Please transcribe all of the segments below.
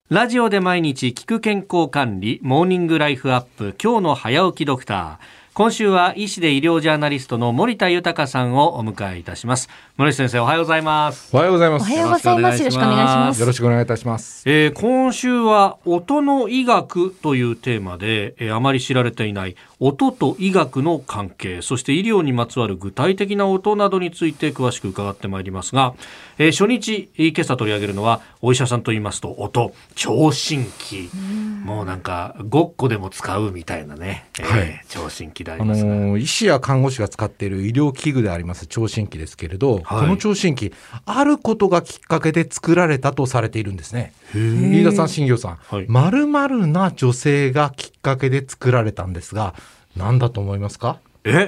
ラジオで毎日聞く健康管理モーニングライフアップ、今日の早起きドクター。今週は医師で医療ジャーナリストの森田豊さんをお迎えいたします。森田先生、おはようございます。 おはようございます。 おはようございます。よろしくお願いします。 よろしくお願いいたします。 今週は音の医学というテーマで、あまり知られていない音と医学の関係、そして医療にまつわる具体的な音などについて詳しく伺ってまいりますが、初日今朝取り上げるのは、お医者さんと言いますと音、聴診器、もうなんかごっこでも使うみたいなね、聴診器でありますが、 医師や看護師が使っている医療器具であります聴診器ですけれど、 はい、 この聴診器あることがきっかけで作られたとされているんですね。飯田さん、新業さん、〇〇な女性がきっかけで作られたんですが、何だと思いますか？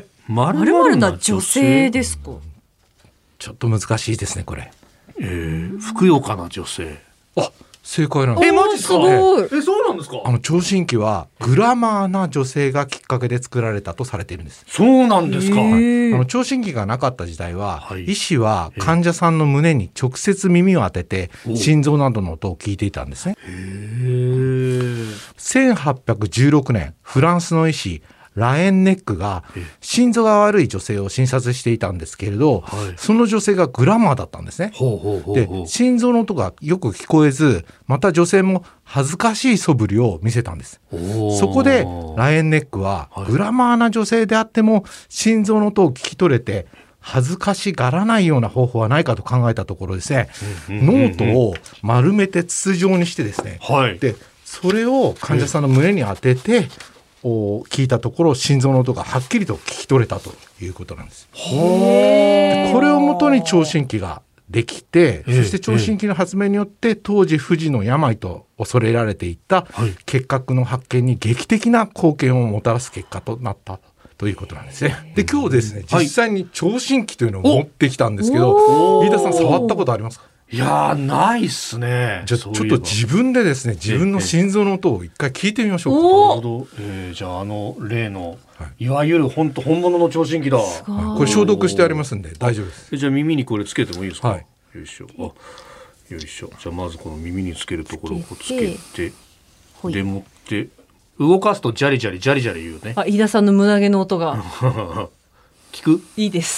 〇〇な女性ですか？ ちょっと難しいですねこれ。 ふくよかな女性。 あ、正解なんです。 マジですか？ すごい。 そうなんですか？ 聴診器はグラマーな女性がきっかけで作られたとされているんです。 そうなんですか？ 聴診器がなかった時代は、 はい、 医師は患者さんの胸に直接耳を当てて心臓などの音を聞いていたんですね。1816年、フランスの医師ラエンネックが心臓が悪い女性を診察していたんですけれど、その女性がグラマーだったんですね。で、心臓の音がよく聞こえず、また女性も恥ずかしい素振りを見せたんです。そこでラエンネックは、グラマーな女性であっても心臓の音を聞き取れて恥ずかしがらないような方法はないかと考えたところですね、ノートを丸めて筒状にしてですね、でそれを患者さんの胸に当てて聞いたところ、心臓の音がはっきりと聞き取れたということなんです。でこれをもとに聴診器ができて、そして聴診器の発明によって当時不治の病と恐れられていた結核の発見に劇的な貢献をもたらす結果となったということなんですね。で、今日ですね、実際に聴診器というのを持ってきたんですけど、飯田さん触ったことありますか？ いやー、ないっすね。 じゃあちょっと自分でですね、自分の心臓の音を一回聞いてみましょうか。 なるほど。じゃあ例の、いわゆる本物の聴診器だ。 これ消毒してありますんで大丈夫です。 じゃあ耳にこれつけてもいいですか？よいしょ。よいしょ。じゃあまずこの耳につけるところをつけて、でもって動かすとジャリジャリジャリジャリ言うね。 飯田さんの胸毛の音が聞く？ いいです。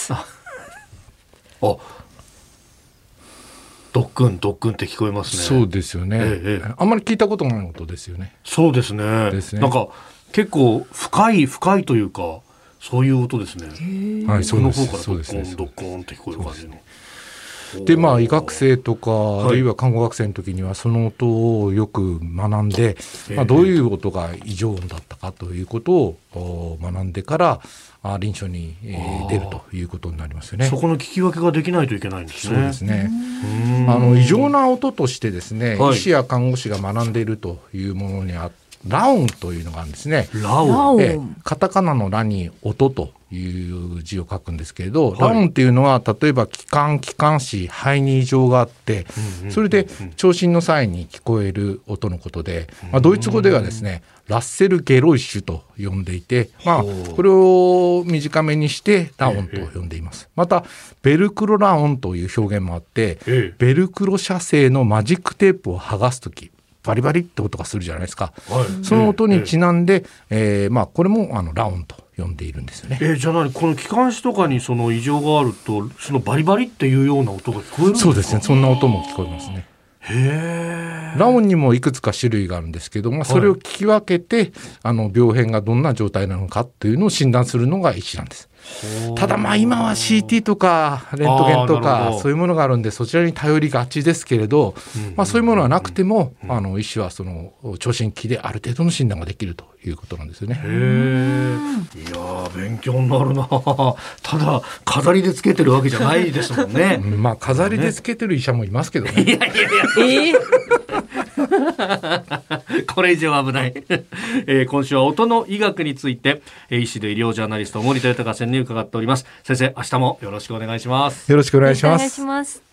ドックンドックンって聞こえますね。 そうですよね、あんまり聞いたことない音ですよね。 そうですね。なんか結構深いというか、そういう音ですね。 はい、そうです。 この方からドッコンドッコンって聞こえる感じの。 で、医学生とか、あるいは看護学生の時にはその音をよく学んで、どういう音が異常音だったかということを学んでから臨床に出るということになりますよね。 そこの聞き分けができないといけないんですね。 そうですね。異常な音としてですね、医師や看護師が学んでいるというものにはラ音というのがあるんですね。 ラ音。 カタカナのラに音という字を書くんですけれど、ラ音っていうのは例えば気管支、肺に異常があって、それで聴診の際に聞こえる音のことで、ドイツ語ではですね、ラッセルゲロイシュと呼んでいて、これを短めにしてラ音と呼んでいます。またベルクロラ音という表現もあって、ベルクロ社製のマジックテープを剥がすときバリバリって音がするじゃないですか、その音にちなんで、これもラ音と呼んでいるんですよね。 じゃあこの気管支とかにその異常があると、そのバリバリっていうような音が聞こえるんですか？ そうですね、そんな音も聞こえますね。ラ音にもいくつか種類があるんですけども、それを聞き分けて病変がどんな状態なのかっていうのを診断するのが医師なんです。ただ今は CT とかレントゲンとかそういうものがあるんで、そちらに頼りがちですけれど、そういうものはなくても医師はその聴診器である程度の診断ができるということなんですよね。 いや勉強になるな。ただ飾りでつけてるわけじゃないですもんね。 飾りでつけてる医者もいますけどね。 いやこれ以上危ない。今週は音の医学について、医師で医療ジャーナリスト森田豊先生に伺っております。先生、明日もよろしくお願いします。 よろしくお願いします。